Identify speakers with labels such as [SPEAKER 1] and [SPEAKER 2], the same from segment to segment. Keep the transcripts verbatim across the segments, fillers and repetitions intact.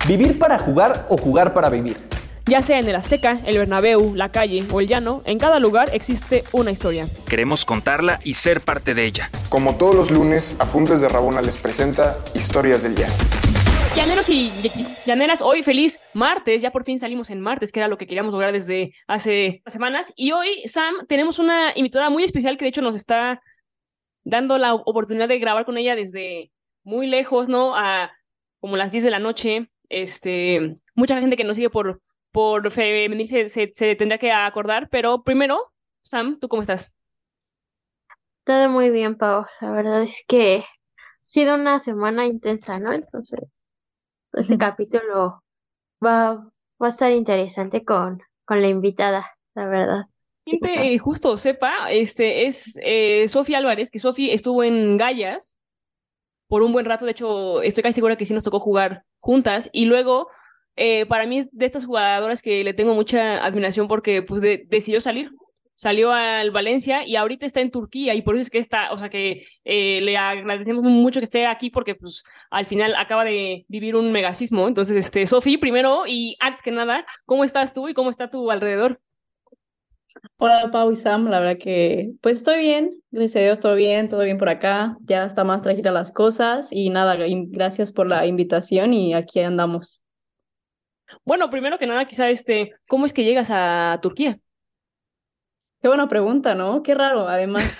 [SPEAKER 1] ¿Vivir para jugar o jugar para vivir?
[SPEAKER 2] Ya sea en el Azteca, el Bernabéu, la calle o el llano, en cada lugar existe una historia.
[SPEAKER 3] Queremos contarla y ser parte de ella.
[SPEAKER 4] Como todos los lunes, Apuntes de Rabona les presenta Historias del Llano.
[SPEAKER 2] Llaneros y llaneras, hoy feliz martes, ya por fin salimos en martes, que era lo que queríamos lograr desde hace semanas. Y hoy, Sam, tenemos una invitada muy especial que de hecho nos está dando la oportunidad de grabar con ella desde muy lejos, ¿no? A como las diez de la noche. Este, mucha gente que nos sigue por, por femenil se, se, se tendrá que acordar, pero primero, Sam, ¿tú cómo estás?
[SPEAKER 5] Todo muy bien, Pau. La verdad es que ha sido una semana intensa, ¿no? Entonces, este capítulo va, va a estar interesante con, con la invitada, la verdad.
[SPEAKER 2] Gente, eh, justo sepa, este es eh, Sofía Álvarez, que Sofía estuvo en Gallas por un buen rato. De hecho, estoy casi segura que sí nos tocó jugar juntas. Y luego, eh, para mí, de estas jugadoras que le tengo mucha admiración porque pues de- decidió salir. Salió al Valencia y ahorita está en Turquía y por eso es que está, o sea que eh, le agradecemos mucho que esté aquí porque pues al final acaba de vivir un megasismo. Entonces, este, Sofi, primero y antes que nada, ¿cómo estás tú y cómo está tu alrededor?
[SPEAKER 6] Hola Pau y Sam, la verdad que pues estoy bien, gracias a Dios, todo bien, todo bien por acá, ya está más tranquila las cosas y nada, gra- gracias por la invitación y aquí andamos.
[SPEAKER 2] Bueno, primero que nada, quizá este, ¿cómo es que llegas a Turquía?
[SPEAKER 6] Qué buena pregunta, ¿no? Qué raro, además.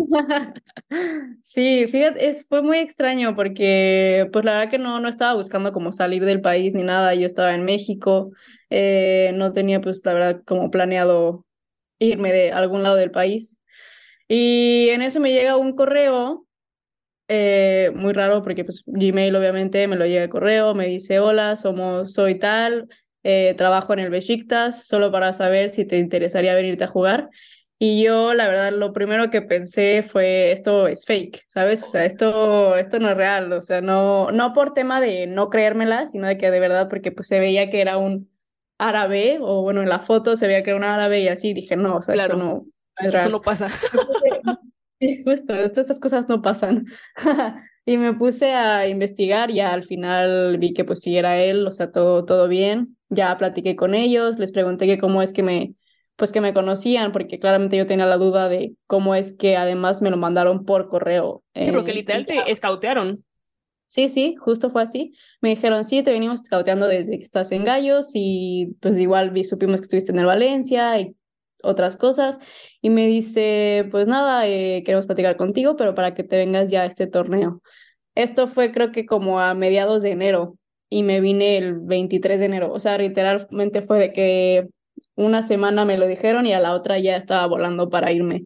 [SPEAKER 6] Sí, fíjate, es, fue muy extraño porque pues la verdad que no, no estaba buscando como salir del país ni nada, yo estaba en México, eh, no tenía pues la verdad como planeado irme de algún lado del país y en eso me llega un correo. Eh, muy raro porque pues Gmail obviamente me lo llega el correo, me dice hola, somos, soy tal, eh, trabajo en el Besiktas, solo para saber si te interesaría venirte a jugar. Y yo la verdad lo primero que pensé fue esto es fake, ¿sabes? O sea, esto, esto no es real, o sea, no, no por tema de no creérmela, sino de que de verdad porque pues se veía que era un árabe, o bueno, en la foto se veía que era un árabe y así dije, no, o sea, esto
[SPEAKER 2] Claro,
[SPEAKER 6] no, no es
[SPEAKER 2] esto
[SPEAKER 6] real.
[SPEAKER 2] no pasa.
[SPEAKER 6] Me puse- Sí, justo, esto- estas cosas no pasan. Y me puse a investigar, ya al final vi que pues sí era él, o sea, todo, todo bien. Ya platiqué con ellos, les pregunté que cómo es que me, pues que me conocían, porque claramente yo tenía la duda de cómo es que además me lo mandaron por correo.
[SPEAKER 2] Sí, porque
[SPEAKER 6] Eh, y
[SPEAKER 2] literal
[SPEAKER 6] ya.
[SPEAKER 2] te escautearon.
[SPEAKER 6] Sí, sí, justo fue así. Me dijeron, sí, te venimos scouteando desde que estás en Gallos y pues igual vi, supimos que estuviste en el Valencia y otras cosas. Y me dice, pues nada, eh, queremos platicar contigo, pero para que te vengas ya a este torneo. Esto fue creo que como a mediados de enero y me vine el veintitrés de enero. O sea, literalmente fue de que una semana me lo dijeron y a la otra ya estaba volando para irme.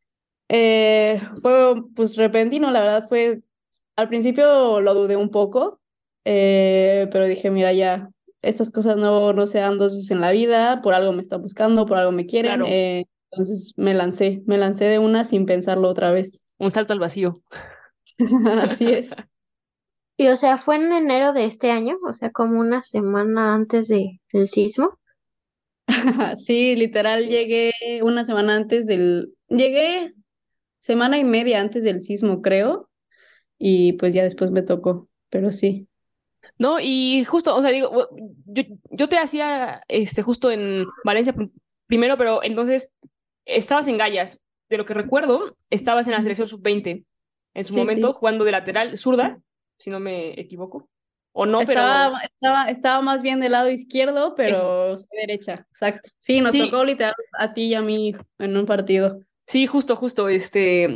[SPEAKER 6] Eh, fue pues repentino, la verdad fue, al principio lo dudé un poco, eh, pero dije, mira, ya, estas cosas no, no se dan dos veces en la vida, por algo me están buscando, por algo me quieren,
[SPEAKER 2] Claro,
[SPEAKER 6] eh, entonces me lancé, me lancé de una sin pensarlo otra vez.
[SPEAKER 2] un salto al vacío.
[SPEAKER 6] Así es.
[SPEAKER 5] Y o sea, fue en enero de este año, o sea, como una semana antes de, del sismo.
[SPEAKER 6] Sí, literal llegué una semana antes del, llegué semana y media antes del sismo, creo, y pues ya después me tocó, pero sí.
[SPEAKER 2] ¿No? Y justo, o sea, digo, bu- yo, yo te hacía este justo en Valencia pr- primero, pero entonces estabas en Gallas. De lo que recuerdo, estabas en la selección sub veinte en su
[SPEAKER 6] Sí,
[SPEAKER 2] momento,
[SPEAKER 6] sí.
[SPEAKER 2] jugando de lateral zurda, si no me equivoco. O no, pero
[SPEAKER 6] Estaba, estaba, estaba más bien del lado izquierdo,
[SPEAKER 2] eso.
[SPEAKER 6] pero soy derecha, exacto. Sí, nos
[SPEAKER 2] Sí,
[SPEAKER 6] tocó literal a ti y a mí en un partido.
[SPEAKER 2] sí, justo, justo, este.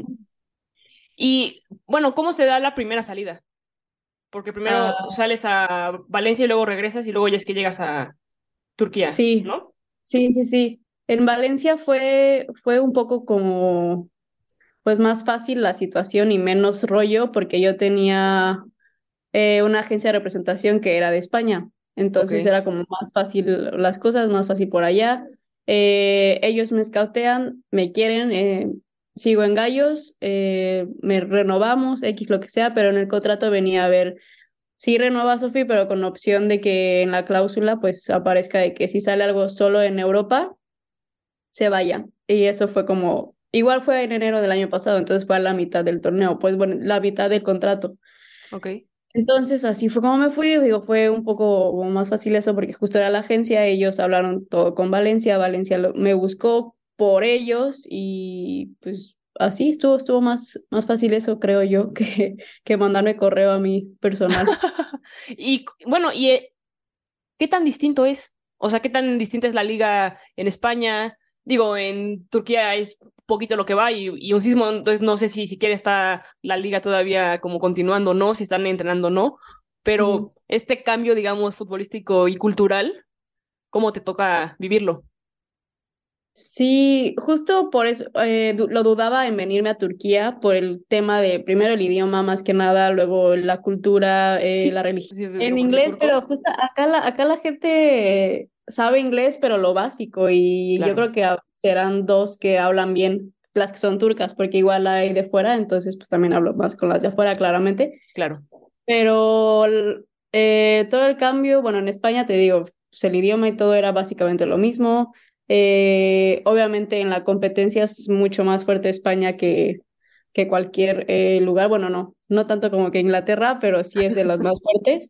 [SPEAKER 2] Y bueno, ¿cómo se da la primera salida? Porque primero
[SPEAKER 6] Ah,
[SPEAKER 2] sales a Valencia y luego regresas y luego ya es que llegas a Turquía,
[SPEAKER 6] sí,
[SPEAKER 2] ¿no?
[SPEAKER 6] sí, sí, sí. En Valencia fue, fue un poco como, pues más fácil la situación y menos rollo, porque yo tenía eh, una agencia de representación que era de España. Entonces
[SPEAKER 2] Ok.
[SPEAKER 6] era como más fácil las cosas, más fácil por allá. Eh, ellos me scoutean, me quieren, eh, sigo en Gallos, eh, me renovamos, X lo que sea, pero en el contrato venía a ver, sí renueva Sofi, pero con opción de que en la cláusula pues aparezca de que si sale algo solo en Europa, se vaya. Y eso fue como, igual fue en enero del año pasado, entonces fue a la mitad del torneo, pues bueno, la mitad del contrato.
[SPEAKER 2] Ok.
[SPEAKER 6] Entonces así fue como me fui, digo, fue un poco como más fácil eso porque justo era la agencia, ellos hablaron todo con Valencia, Valencia lo- me buscó por ellos y pues así estuvo, estuvo más, más fácil eso, creo yo, que, que mandarme correo a mi personal.
[SPEAKER 2] Y bueno, ¿y eh, qué tan distinto es? O sea, ¿qué tan distinta es la liga en España? Digo, en Turquía es poquito lo que va y, y un sismo, entonces no sé si siquiera está la liga todavía como continuando o no, si están entrenando o no,
[SPEAKER 6] Ujú.
[SPEAKER 2] pero este cambio, digamos, futbolístico y cultural, ¿cómo te toca vivirlo?
[SPEAKER 6] Sí, justo por eso eh, du- lo dudaba en venirme a Turquía por el tema de primero el idioma más que nada, luego la cultura, eh,
[SPEAKER 2] Sí,
[SPEAKER 6] la religión
[SPEAKER 2] sí,
[SPEAKER 6] en
[SPEAKER 2] digo, porque
[SPEAKER 6] inglés, pero
[SPEAKER 2] turco,
[SPEAKER 6] justo acá la, acá la gente sabe inglés, pero lo básico y yo
[SPEAKER 2] claro,
[SPEAKER 6] creo que a- serán dos que hablan bien las que son turcas, porque igual hay de fuera, entonces pues también hablo más con las de afuera, claramente.
[SPEAKER 2] claro.
[SPEAKER 6] Pero l- eh, todo el cambio, bueno, en España te digo, pues, el idioma y todo era básicamente lo mismo. Eh, obviamente en la competencia es mucho más fuerte España que, que cualquier eh, lugar. Bueno, no, no tanto como que Inglaterra, pero sí es de los más fuertes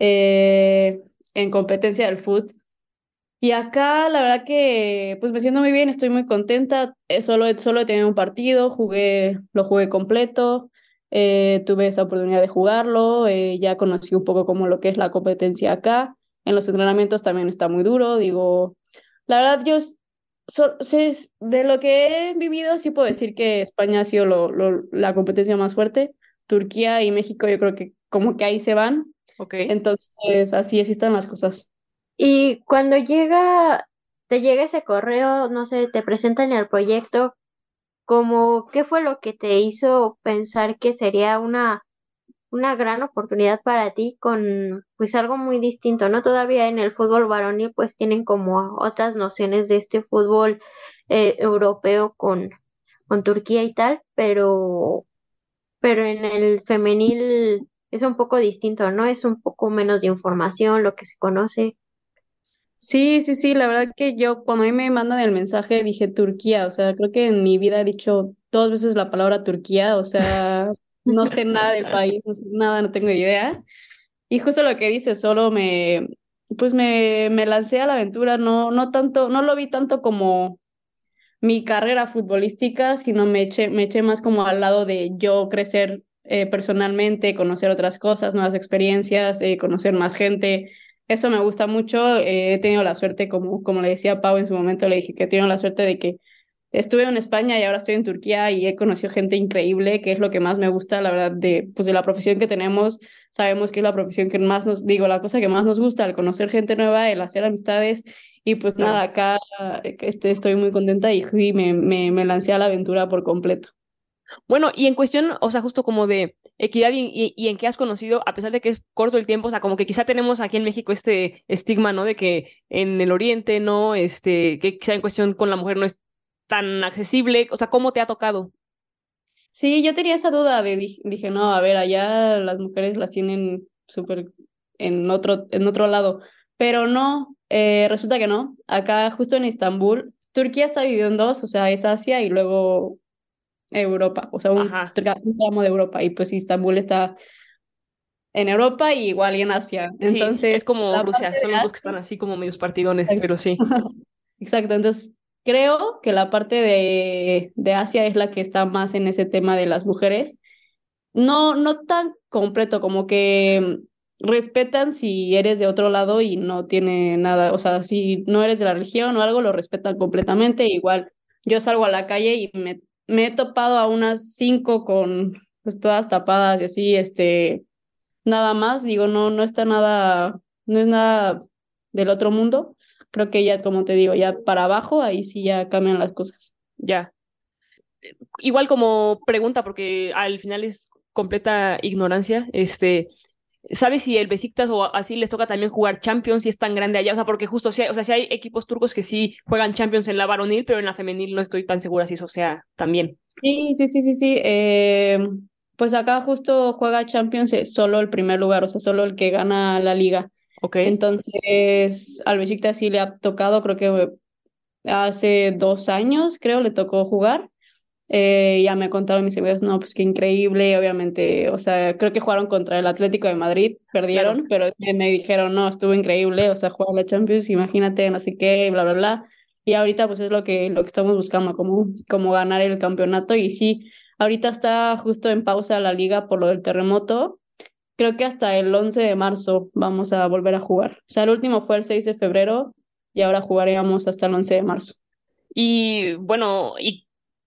[SPEAKER 6] eh, en competencia del fútbol. Y acá la verdad que pues me siento muy bien, estoy muy contenta. Eh, solo, he- solo he tenido un partido, jugué, lo jugué completo, eh, tuve esa oportunidad de jugarlo, eh, ya conocí un poco como lo que es la competencia acá. En los entrenamientos también está muy duro, digo, la verdad yo s- so- sé s- de lo que he vivido sí puedo decir que España ha sido lo, lo- la competencia más fuerte. Turquía y México yo creo que como que ahí se van,
[SPEAKER 2] Ok.
[SPEAKER 6] entonces así, así están las cosas.
[SPEAKER 5] Y cuando llega, te llega ese correo, no sé, te presentan el proyecto, como, ¿qué fue lo que te hizo pensar que sería una, una gran oportunidad para ti con, pues algo muy distinto, ¿no? Todavía en el fútbol varonil, pues tienen como otras nociones de este fútbol eh, europeo con, con Turquía y tal, pero, pero en el femenil es un poco distinto, ¿no? Es un poco menos de información, lo que se conoce.
[SPEAKER 6] Sí, sí, sí, la verdad que yo cuando a mí me mandan el mensaje dije Turquía, o sea, creo que en mi vida he dicho dos veces la palabra Turquía, o sea, no sé nada del país, no sé nada, no tengo idea. Y justo lo que dice, solo me, pues me, me lancé a la aventura, no, no tanto, no lo vi tanto como mi carrera futbolística, sino me eché, me eché más como al lado de yo crecer eh, personalmente, conocer otras cosas, nuevas experiencias, eh, conocer más gente. Eso me gusta mucho. Eh, he tenido la suerte, como, como le decía a Pau en su momento, le dije que he tenido la suerte de que estuve en España y ahora estoy en Turquía y he conocido gente increíble, que es lo que más me gusta, la verdad, de, pues de la profesión que tenemos. Sabemos que es la profesión que más nos, digo, la cosa que más nos gusta, el conocer gente nueva, el hacer amistades. Y pues nada,
[SPEAKER 2] Claro.
[SPEAKER 6] acá este, estoy muy contenta y fui, me, me, me lancé a la aventura por completo.
[SPEAKER 2] Bueno, y en cuestión, o sea, justo como de equidad y, y- y en qué has conocido, a pesar de que es corto el tiempo, o sea, como que quizá tenemos aquí en México este estigma, ¿no? De que en el Oriente, ¿no? Este, que quizá en cuestión con la mujer no es tan accesible, o sea, ¿cómo te ha tocado?
[SPEAKER 6] Sí, yo tenía esa duda de, di- dije, no, a ver, allá las mujeres las tienen súper en otro, en otro lado, pero no, eh, resulta que no. Acá justo en Estambul, Turquía está dividido en dos, o sea, es Asia y luego Europa, o sea, un,
[SPEAKER 2] Ajá,
[SPEAKER 6] tra- un tramo de Europa, y pues Estambul está en Europa y igual y en Asia.
[SPEAKER 2] sí, es
[SPEAKER 6] Entonces,
[SPEAKER 2] como
[SPEAKER 6] la
[SPEAKER 2] Rusia,
[SPEAKER 6] parte
[SPEAKER 2] son los
[SPEAKER 6] de
[SPEAKER 2] dos que están así como medios partidones,
[SPEAKER 6] Asia.
[SPEAKER 2] pero sí.
[SPEAKER 6] Exacto, entonces creo que la parte de, de Asia es la que está más en ese tema de las mujeres. No, no tan completo, como que mm, respetan si eres de otro lado y no tiene nada, o sea, si no eres de la religión o algo, lo respetan completamente. Igual yo salgo a la calle y me, me he topado a unas cinco con pues todas tapadas y así, este, nada más, digo, no, no está nada, no es nada del otro mundo. Creo que ya, como te digo, ya para abajo, ahí sí ya cambian las cosas.
[SPEAKER 2] Ya. Igual como pregunta, porque al final es completa ignorancia, este, ¿sabes si el Besiktas o así les toca también jugar Champions si es tan grande allá? O sea, porque justo, si hay, o sea, si hay equipos turcos que sí juegan Champions en la varonil, pero en la femenil no estoy tan segura si eso sea también.
[SPEAKER 6] Sí, sí, sí, sí, sí. eh, pues acá justo juega Champions eh, solo el primer lugar, o sea, solo el que gana la liga.
[SPEAKER 2] ¿Ok?
[SPEAKER 6] Entonces, al Besiktas sí le ha tocado, creo que hace dos años, creo, le tocó jugar. Eh, ya me contaron mis amigos, no, pues qué increíble, obviamente, o sea, creo que jugaron contra el Atlético de Madrid,
[SPEAKER 2] Claro.
[SPEAKER 6] perdieron, pero me me dijeron, no, estuvo increíble, o sea, jugar la Champions, imagínate, no sé qué, bla, bla, bla. Y ahorita pues es lo que, lo que estamos buscando, como, como ganar el campeonato. Y sí, ahorita está justo en pausa la liga por lo del terremoto. Creo que hasta el once de marzo vamos a volver a jugar. O sea, el último fue el seis de febrero y ahora jugaríamos hasta el once de marzo.
[SPEAKER 2] Y bueno, ¿y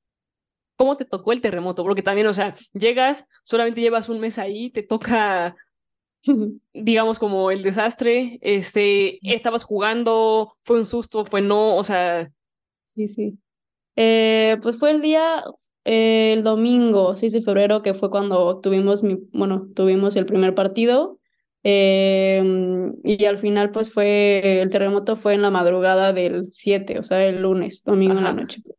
[SPEAKER 2] cómo te tocó el terremoto? Porque también, o sea, llegas, solamente llevas un mes ahí, te toca, digamos, como el desastre, este, estabas jugando, fue un susto, fue no, o sea,
[SPEAKER 6] Sí, sí. Eh, pues fue el día, eh, el domingo, seis de febrero, que fue cuando tuvimos mi, bueno, tuvimos el primer partido. eh, y al final, pues fue, el terremoto fue en la madrugada del siete, o sea, el lunes, domingo en la
[SPEAKER 2] ajá,
[SPEAKER 6] noche.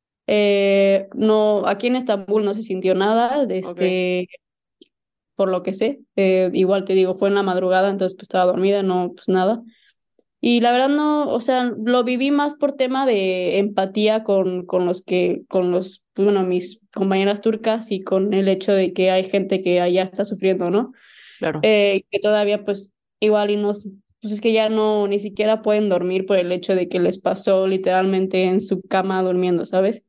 [SPEAKER 6] Eh, no, aquí en Estambul no se sintió nada, de
[SPEAKER 2] ok,
[SPEAKER 6] este, por lo que sé. Eh, igual te digo, fue en la madrugada, entonces pues estaba dormida, no, pues nada. Y la verdad no, o sea, lo viví más por tema de empatía con, con los que, con los, pues, bueno, mis compañeras turcas y con el hecho de que hay gente que allá está sufriendo, ¿no?
[SPEAKER 2] claro.
[SPEAKER 6] Eh, que todavía pues igual y nos, pues es que ya no, ni siquiera pueden dormir por el hecho de que les pasó literalmente en su cama durmiendo, ¿sabes?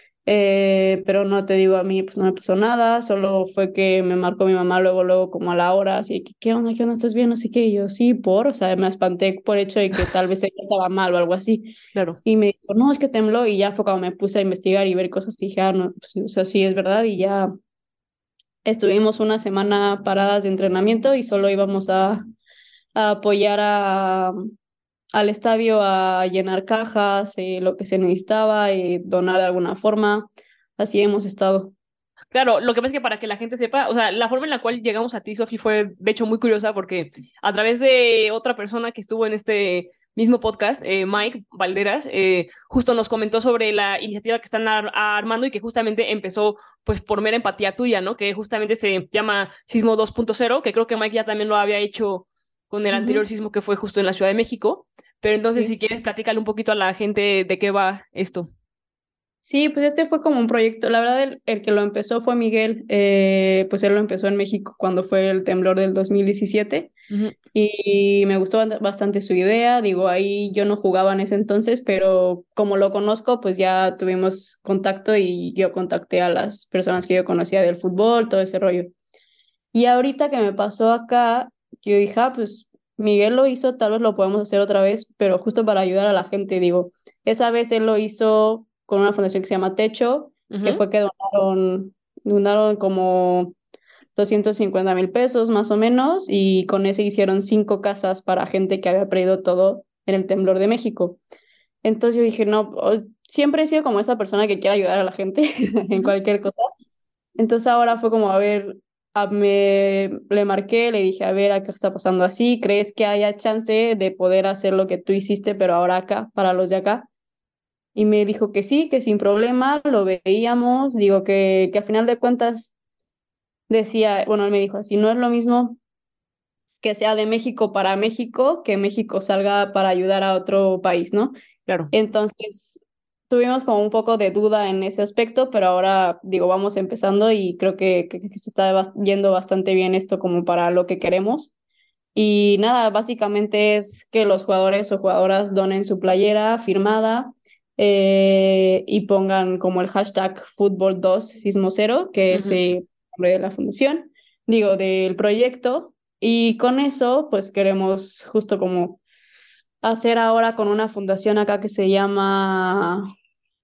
[SPEAKER 6] Eh, pero no te digo, a mí pues no me pasó nada, solo fue que me marcó mi mamá luego, luego como a la hora, así que, ¿qué onda? ¿Qué onda? ¿Estás bien? No sé qué, y yo, sí, por, o sea, me espanté por hecho de que tal vez ella estaba mal o algo así,
[SPEAKER 2] Claro.
[SPEAKER 6] y me dijo, no, es que tembló, y ya fue cuando me puse a investigar y ver cosas, y dije, ah, no, pues, o sea, sí, es verdad, y ya estuvimos una semana paradas de entrenamiento y solo íbamos a, a apoyar a, al estadio a llenar cajas, eh, lo que se necesitaba, eh, donar de alguna forma. Así hemos estado.
[SPEAKER 2] Claro, lo que pasa es que para que la gente sepa, o sea, la forma en la cual llegamos a ti, Sofi, fue de hecho muy curiosa porque a través de otra persona que estuvo en este mismo podcast, eh, Mike Valderas, eh, justo nos comentó sobre la iniciativa que están ar- armando y que justamente empezó pues por mera empatía tuya, ¿no? Que justamente se llama Sismo dos punto cero, que creo que Mike ya también lo había hecho con el
[SPEAKER 6] Ujú.
[SPEAKER 2] anterior sismo que fue justo en la Ciudad de México. Pero entonces, si
[SPEAKER 6] Sí.
[SPEAKER 2] quieres, platícale un poquito a la gente de qué va esto.
[SPEAKER 6] Sí, pues este fue como un proyecto. La verdad, el, el que lo empezó fue Miguel. Eh, pues él lo empezó en México cuando fue el temblor del dos mil diecisiete.
[SPEAKER 2] Ujú.
[SPEAKER 6] Y me gustó ba- bastante su idea. Digo, ahí yo no jugaba en ese entonces, pero como lo conozco, pues ya tuvimos contacto y yo contacté a las personas que yo conocía del fútbol, todo ese rollo. Y ahorita que me pasó acá, yo dije, ah, pues Miguel lo hizo, tal vez lo podemos hacer otra vez, pero justo para ayudar a la gente, digo, esa vez él lo hizo con una fundación que se llama Techo, que
[SPEAKER 2] Ujú.
[SPEAKER 6] fue que donaron, donaron como doscientos cincuenta mil pesos más o menos, y con ese hicieron cinco casas para gente que había perdido todo en el temblor de México. Entonces yo dije, no, o- siempre he sido como esa persona que quiere ayudar a la gente en
[SPEAKER 2] Ujú.
[SPEAKER 6] cualquier cosa. Entonces ahora fue como, a ver, a- me, le marqué, le dije, a ver, acá está pasando así, ¿crees que haya chance de poder hacer lo que tú hiciste, pero ahora acá, para los de acá? Y me dijo que sí, que sin problema, lo veíamos, digo que, que a final de cuentas decía, bueno, él me dijo así, no es lo mismo que sea de México para México, que México salga para ayudar a otro país, ¿no?
[SPEAKER 2] Claro.
[SPEAKER 6] Entonces, tuvimos como un poco de duda en ese aspecto, pero ahora, digo, vamos empezando y creo que, que, que se está bas- yendo bastante bien esto como para lo que queremos. Y nada, básicamente es que los jugadores o jugadoras donen su playera firmada, eh, y pongan como el hashtag fútbol dos sismo cero, que es
[SPEAKER 2] Ujú.
[SPEAKER 6] el nombre de la fundación, digo, del proyecto. Y con eso, pues queremos justo como hacer ahora con una fundación acá que se llama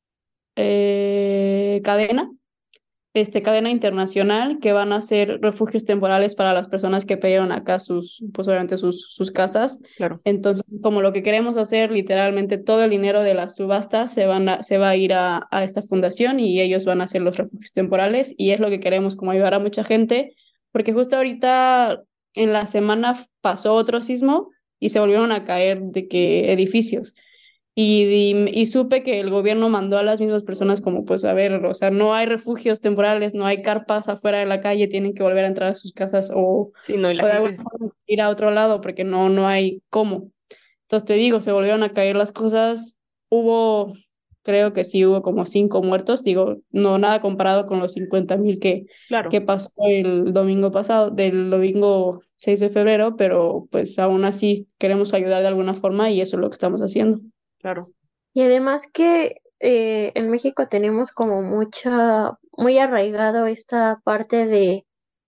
[SPEAKER 6] eh, Cadena, este, Cadena Internacional, que van a ser refugios temporales para las personas que perdieron acá sus, pues obviamente sus, sus casas.
[SPEAKER 2] Claro.
[SPEAKER 6] Entonces, como lo que queremos hacer, literalmente todo el dinero de las subastas se, van a, se va a ir a, a esta fundación y ellos van a hacer los refugios temporales y es lo que queremos, como ayudar a mucha gente, porque justo ahorita en la semana pasó otro sismo y se volvieron a caer de que edificios. Y, y, y supe que el gobierno mandó a las mismas personas como, pues, a ver, o sea, no hay refugios temporales, no hay carpas afuera de la calle, tienen que volver a entrar a sus casas o,
[SPEAKER 2] Sí, no, y la
[SPEAKER 6] o de
[SPEAKER 2] gente
[SPEAKER 6] alguna
[SPEAKER 2] es...
[SPEAKER 6] forma ir a otro lado porque no, no hay cómo. Entonces te digo, se volvieron a caer las cosas, hubo creo que sí hubo como cinco muertos, digo, no nada comparado con los cincuenta mil que,
[SPEAKER 2] Claro,
[SPEAKER 6] que pasó el domingo pasado, del domingo seis de febrero, pero pues aún así queremos ayudar de alguna forma y eso es lo que estamos haciendo.
[SPEAKER 2] claro.
[SPEAKER 5] Y además que eh, en México tenemos como mucha, muy arraigado esta parte de,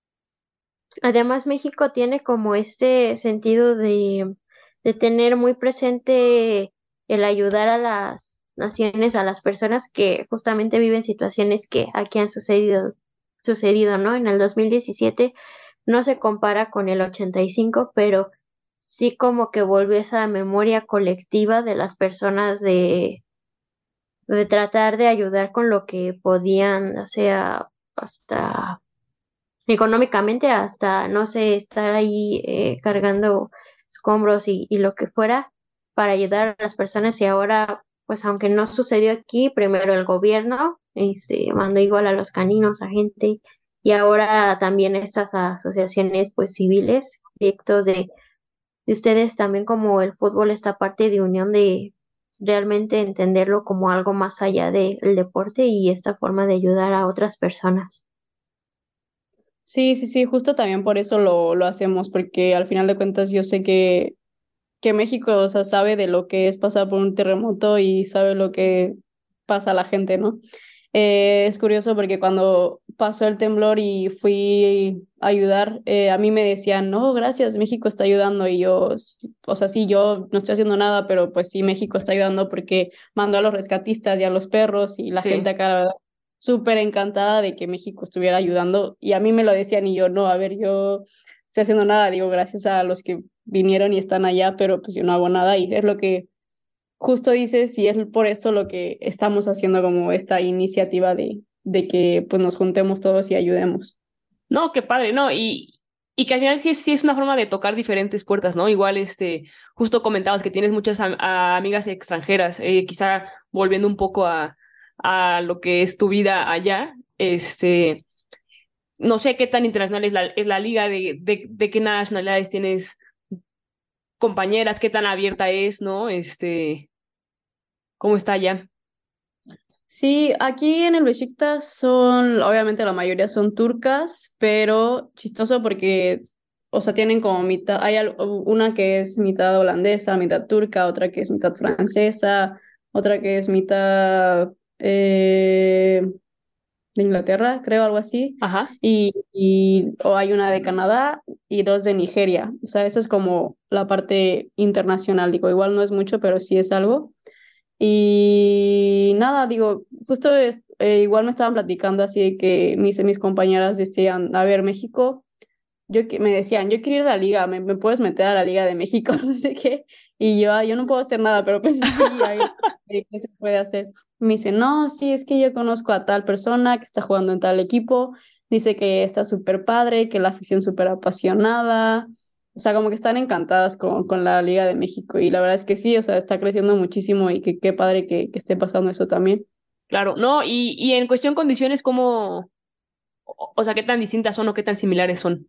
[SPEAKER 5] además México tiene como este sentido de, de tener muy presente el ayudar a las naciones, a las personas que justamente viven situaciones que aquí han sucedido, sucedido, ¿no? En el dos mil diecisiete no se compara con el ochenta y cinco, pero sí como que volvió esa memoria colectiva de las personas de de tratar de ayudar con lo que podían, o sea, hasta económicamente, hasta, no sé, estar ahí eh, cargando escombros y, y lo que fuera para ayudar a las personas. Y ahora, pues aunque no sucedió aquí, primero el gobierno este, mandó igual a los caninos, a gente, y ahora también estas asociaciones pues civiles, proyectos de de ustedes también como el fútbol, esta parte de unión de realmente entenderlo como algo más allá del deporte y esta forma de ayudar a otras personas.
[SPEAKER 6] Sí, sí, sí, justo también por eso lo, lo hacemos, porque al final de cuentas yo sé que, que México, o sea, sabe de lo que es pasar por un terremoto y sabe lo que pasa a la gente, ¿no? Eh, es curioso porque cuando pasó el temblor y fui a ayudar, eh, a mí me decían, no, gracias, México está ayudando. Y yo, s- o sea, sí, yo no estoy haciendo nada, pero pues sí, México está ayudando porque mandó a los rescatistas y a los perros y la gente
[SPEAKER 2] Sí.
[SPEAKER 6] acá, la verdad, súper encantada de que México estuviera ayudando. Y a mí me lo decían y yo, no, a ver, yo estoy haciendo nada, digo, gracias a los que vinieron y están allá, pero pues yo no hago nada y es lo que justo dices, y es por eso lo que estamos haciendo como esta iniciativa de, de que pues nos juntemos todos y ayudemos.
[SPEAKER 2] No, qué padre, ¿no? Y, y que al final sí es, sí es una forma de tocar diferentes puertas, ¿no? Igual, este, justo comentabas que tienes muchas am- a- amigas extranjeras, eh, quizá volviendo un poco a, a lo que es tu vida allá, este, no sé qué tan internacional es la, es la liga, de, de, de qué nacionalidades tienes compañeras, qué tan abierta es, ¿no? Este, ¿cómo está allá?
[SPEAKER 6] Sí, aquí en el Beşiktaş son, obviamente la mayoría son turcas, pero chistoso porque, o sea, tienen como mitad, hay al- una que es mitad holandesa, mitad turca, otra que es mitad francesa, otra que es mitad eh, de Inglaterra, creo, algo así,
[SPEAKER 2] Ajá.
[SPEAKER 6] y, y o hay una de Canadá y dos de Nigeria. O sea, eso es como la parte internacional, digo, igual no es mucho, pero sí es algo. Y nada, digo, justo es- eh, igual me estaban platicando así de que mis, mis compañeras decían, a ver, México, yo que- me decían, yo quiero ir a la liga, ¿me, me puedes meter a la Liga de México? No sé qué. Y yo, "Ah, yo no puedo hacer nada, pero pues sí, hay, eh, ¿qué se puede hacer?" Me dice, no, sí, es que yo conozco a tal persona que está jugando en tal equipo, dice que está súper padre, que la afición súper apasionada, o sea, como que están encantadas con, con la Liga de México y la verdad es que sí, o sea, está creciendo muchísimo y que qué padre que, que esté pasando eso también.
[SPEAKER 2] Claro, no, y, y en cuestión condiciones, ¿cómo, o, o sea, qué tan distintas son o qué tan similares son?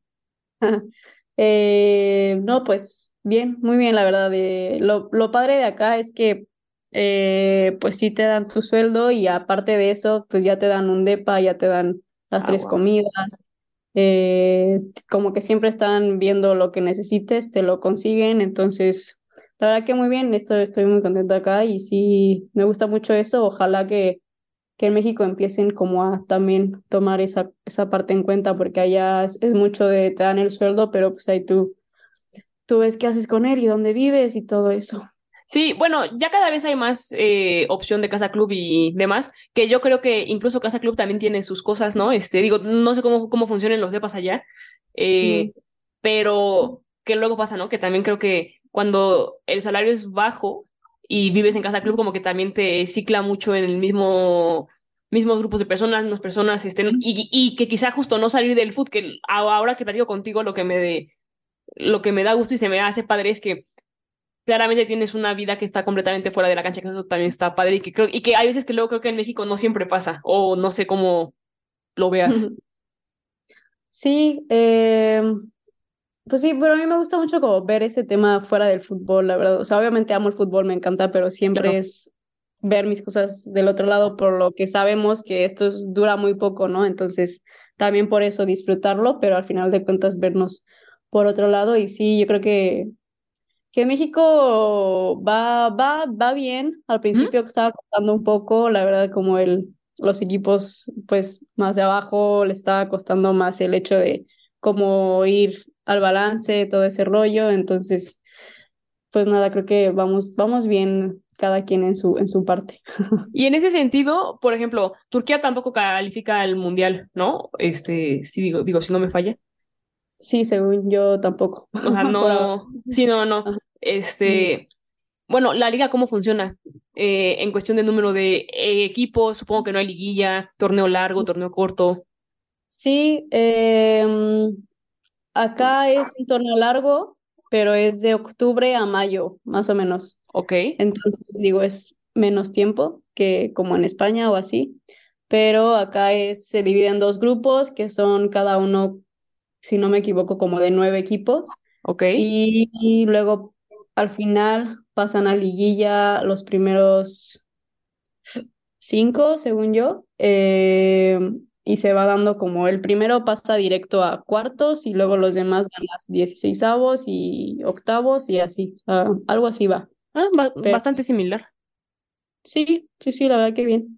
[SPEAKER 6] Eh, no, pues bien, muy bien, la verdad. Eh, lo, lo padre de acá es que eh, pues sí te dan tu sueldo y aparte de eso, pues ya te dan un depa, ya te dan las
[SPEAKER 2] Ah,
[SPEAKER 6] tres
[SPEAKER 2] wow.
[SPEAKER 6] comidas. Eh, como que siempre están viendo lo que necesites, te lo consiguen. Entonces, la verdad que muy bien, estoy, estoy muy contenta acá y sí, me gusta mucho eso. Ojalá que que en México empiecen como a también tomar esa, esa parte en cuenta, porque allá es, es mucho de te dan el sueldo, pero pues ahí tú, tú ves qué haces con él y dónde vives y todo eso.
[SPEAKER 2] Sí, bueno, ya cada vez hay más eh, opción de Casa Club y demás, que yo creo que incluso Casa Club también tiene sus cosas, ¿no? Este, digo, no sé cómo, cómo funcionan los depas allá,
[SPEAKER 6] Mm.
[SPEAKER 2] eh, pero que luego pasa, ¿no? Que también creo que cuando el salario es bajo y vives en Casa Club, como que también te cicla mucho en el mismo, mismos grupos de personas, mismas personas, estén, y, y que quizá justo no salir del foot, que a- ahora que platico contigo, lo que me de, lo que me da gusto y se me hace padre es que claramente tienes una vida que está completamente fuera de la cancha, que eso también está padre y que creo, y que hay veces que luego creo que en México no siempre pasa, o no sé cómo lo veas.
[SPEAKER 6] Sí, eh, pues sí, pero a mí me gusta mucho como ver ese tema fuera del fútbol, la verdad. O sea, obviamente amo el fútbol, me encanta, pero siempre
[SPEAKER 2] Claro.
[SPEAKER 6] es ver mis cosas del otro lado, por lo que sabemos que esto es- dura muy poco, ¿no? Entonces, también por eso disfrutarlo, pero al final de cuentas vernos por otro lado. Y sí, yo creo que, que México va, va, va bien. Al
[SPEAKER 2] ¿Mm?
[SPEAKER 6] principio estaba costando un poco, la verdad, como el, los equipos pues más de abajo le estaba costando más el hecho de cómo ir al balance, todo ese rollo. Entonces, pues nada, creo que vamos, vamos bien cada quien en su, en su parte.
[SPEAKER 2] Y en ese sentido, por ejemplo, Turquía tampoco califica al mundial, ¿no? Este, sí, digo, digo, si no me falla.
[SPEAKER 6] Sí, según yo tampoco,
[SPEAKER 2] O sea,
[SPEAKER 6] por ahora.
[SPEAKER 2] no, sí, no, no.
[SPEAKER 6] Ajá.
[SPEAKER 2] Este, bueno, la liga, ¿cómo funciona? Eh, en cuestión de número de eh, equipos, supongo que no hay liguilla, torneo largo, torneo corto.
[SPEAKER 6] Sí, em, acá es un torneo largo, pero es de octubre a mayo, más o menos.
[SPEAKER 2] Ok,
[SPEAKER 6] Entonces, digo, es menos tiempo que como en España o así, pero acá es, se divide en dos grupos que son cada uno, si no me equivoco, como de nueve equipos.
[SPEAKER 2] ok.
[SPEAKER 6] Y, y luego al final pasan a liguilla los primeros cinco, según yo, eh, y se va dando como el primero pasa directo a cuartos y luego los demás van a dieciséisavos y octavos y así, o sea, algo así va.
[SPEAKER 2] Ah, ba-
[SPEAKER 6] Pero
[SPEAKER 2] bastante similar.
[SPEAKER 6] sí, sí, sí, la verdad que bien.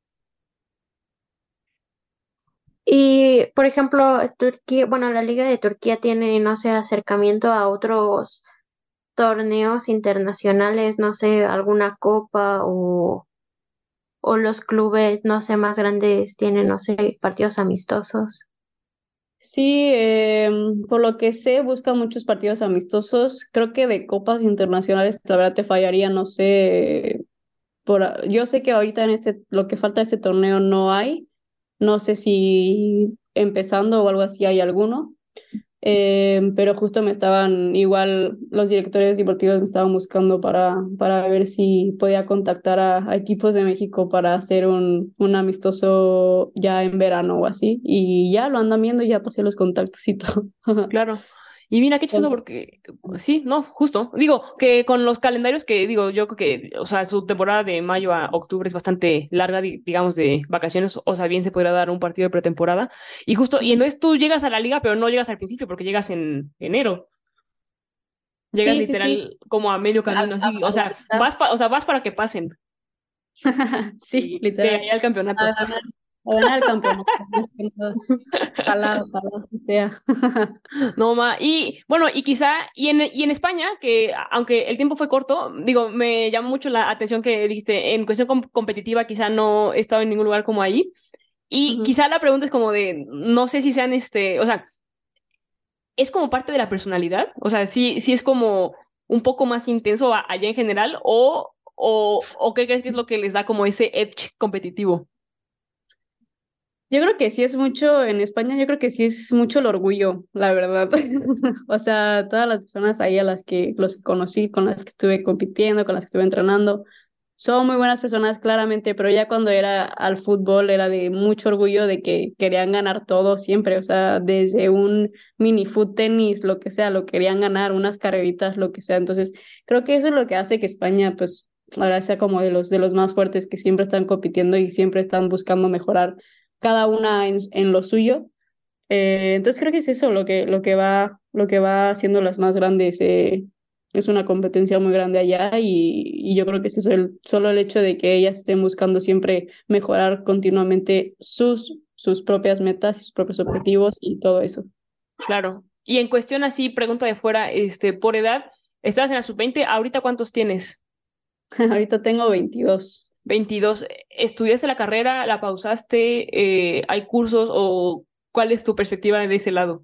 [SPEAKER 5] Y, por ejemplo, Turquía, bueno, la Liga de Turquía tiene, no sé, acercamiento a otros torneos internacionales, no sé, alguna copa o, o los clubes, no sé, más grandes tienen, no sé, partidos amistosos.
[SPEAKER 6] Sí, em, por lo que sé, buscan muchos partidos amistosos. Creo que de copas internacionales, la verdad te fallaría, no sé. Por, a- yo sé que ahorita en este, lo que falta de este torneo no hay. No sé si empezando o algo así hay alguno. Eh, pero justo me estaban, igual los directores deportivos me estaban buscando para, para ver si podía contactar a, a equipos de México para hacer un, un amistoso ya en verano o así. Y ya lo andan viendo, ya pasé los contactos y todo.
[SPEAKER 2] Claro. Y mira, qué chistoso
[SPEAKER 6] Entonces,
[SPEAKER 2] porque, sí, no, justo. Digo, que con los calendarios que, digo, yo creo que, o sea, su temporada de mayo a octubre es bastante larga, di- digamos, de vacaciones, o sea, bien se podría dar un partido de pretemporada. Y justo, y entonces tú llegas a la liga, pero no llegas al principio porque llegas en enero. Llegas
[SPEAKER 6] sí, sí, sí.
[SPEAKER 2] literal como a medio
[SPEAKER 6] A,
[SPEAKER 2] camino,
[SPEAKER 6] a-
[SPEAKER 2] así, o
[SPEAKER 6] a la
[SPEAKER 2] sea,
[SPEAKER 6] mitad.
[SPEAKER 2] vas, pa- o sea, vas para que pasen
[SPEAKER 6] Sí,
[SPEAKER 2] y de
[SPEAKER 6] literal.
[SPEAKER 2] ahí al
[SPEAKER 6] A
[SPEAKER 2] campeonato.
[SPEAKER 6] ganar, a ganar el campeonato. Más que nada. Ojalá, ojalá que sea.
[SPEAKER 2] No, ma. Y bueno, y quizá, y en, y en España, que aunque el tiempo fue corto, digo, me llamó mucho la atención que dijiste, en cuestión com- competitiva quizá no he estado en ningún lugar como ahí. Y
[SPEAKER 6] Ujú.
[SPEAKER 2] quizá la pregunta es como de, no sé si sean este, o sea, ¿es como parte de la personalidad? O sea, sí, sí es como un poco más intenso a- allá en general, o, o, o qué crees que es lo que les da como ese edge competitivo.
[SPEAKER 6] Yo creo que sí es mucho, en España yo creo que sí es mucho el orgullo, la verdad. O sea, todas las personas ahí a las que los que conocí, con las que estuve compitiendo, con las que estuve entrenando, son muy buenas personas, claramente, pero ya cuando era al fútbol era de mucho orgullo de que querían ganar todo siempre, o sea, desde un mini foot tenis, lo que sea, lo querían ganar, unas carreritas, lo que sea. Entonces, creo que eso es lo que hace que España, pues, ahora sea como de los, de los más fuertes que siempre están compitiendo y siempre están buscando mejorar cada una en, en lo suyo. Eh, entonces creo que es eso lo que, lo que va, lo que va haciendo las más grandes. Eh, es una competencia muy grande allá y, y yo creo que es eso, el, solo el hecho de que ellas estén buscando siempre mejorar continuamente sus, sus propias metas, sus propios objetivos y todo eso.
[SPEAKER 2] Claro. Y en cuestión así, pregunta de fuera, este, por edad, estás en la sub veinte, ¿ahorita cuántos tienes?
[SPEAKER 6] Ahorita tengo veintidós.
[SPEAKER 2] Veintidós. ¿Estudiaste la carrera? ¿La pausaste? Eh, ¿hay cursos? ¿O cuál es tu perspectiva de ese lado?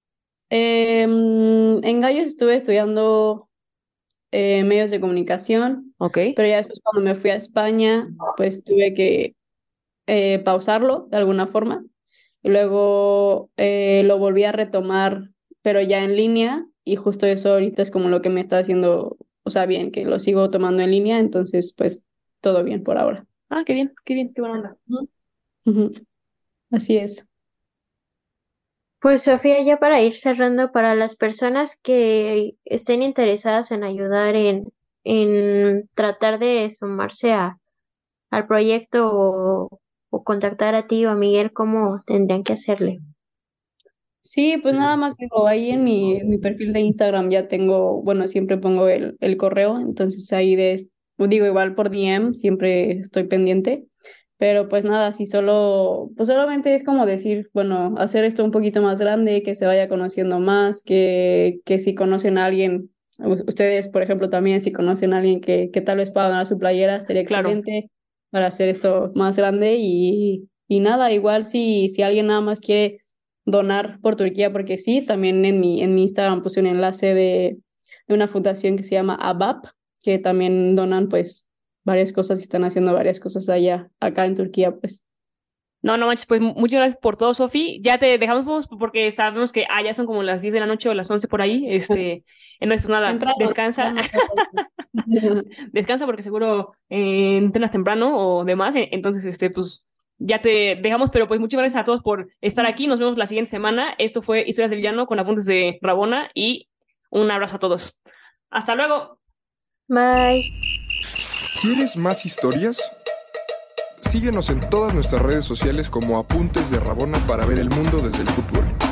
[SPEAKER 6] Em, en Gallos estuve estudiando eh, medios de comunicación,
[SPEAKER 2] Ok.
[SPEAKER 6] pero ya después cuando me fui a España, pues tuve que eh, pausarlo de alguna forma. Y luego eh, lo volví a retomar, pero ya en línea, y justo eso ahorita es como lo que me está haciendo, o sea, bien, que lo sigo tomando en línea, entonces pues todo bien por ahora.
[SPEAKER 2] Ah, qué bien, qué bien, qué buena onda.
[SPEAKER 6] Ujú. Ujú. Así es.
[SPEAKER 5] Pues Sofía, ya para ir cerrando, para las personas que estén interesadas en ayudar en, en tratar de sumarse a al proyecto o, o contactar a ti o a Miguel, ¿cómo tendrían que hacerle?
[SPEAKER 6] Sí, pues nada más digo, ahí en mi, en mi perfil de Instagram ya tengo, bueno, siempre pongo el, el correo, entonces ahí de, digo, igual por D M, siempre estoy pendiente, pero pues nada, si solo, pues solamente es como decir, bueno, hacer esto un poquito más grande, que se vaya conociendo más, que, que si conocen a alguien, u- ustedes, por ejemplo, también si conocen a alguien que, que tal vez pueda donar su playera, sería
[SPEAKER 2] Claro.
[SPEAKER 6] excelente para hacer esto más grande y, y nada, igual si, si alguien nada más quiere donar por Turquía, porque sí, también en mi, en mi Instagram puse un enlace de, de una fundación que se llama ABAP, que también donan pues varias cosas y están haciendo varias cosas allá, acá en Turquía, pues.
[SPEAKER 2] No, no manches, pues mu- muchas gracias por todo, Sofi. Ya te dejamos pues, porque sabemos que ah, ya son como las diez de la noche o las once por ahí. Este, entonces, pues nada,
[SPEAKER 6] Temprano,
[SPEAKER 2] descansa.
[SPEAKER 6] temprano.
[SPEAKER 2] Descansa porque seguro eh, entrenas temprano o demás. e- Entonces, este, pues ya te dejamos, pero pues muchas gracias a todos por estar aquí. Nos vemos la siguiente semana. Esto fue Historias del Llano con apuntes de Rabona y un abrazo a todos. Hasta luego.
[SPEAKER 5] Bye.
[SPEAKER 4] ¿Quieres más historias? Síguenos en todas nuestras redes sociales como Apuntes de Rabona para ver el mundo desde el futuro.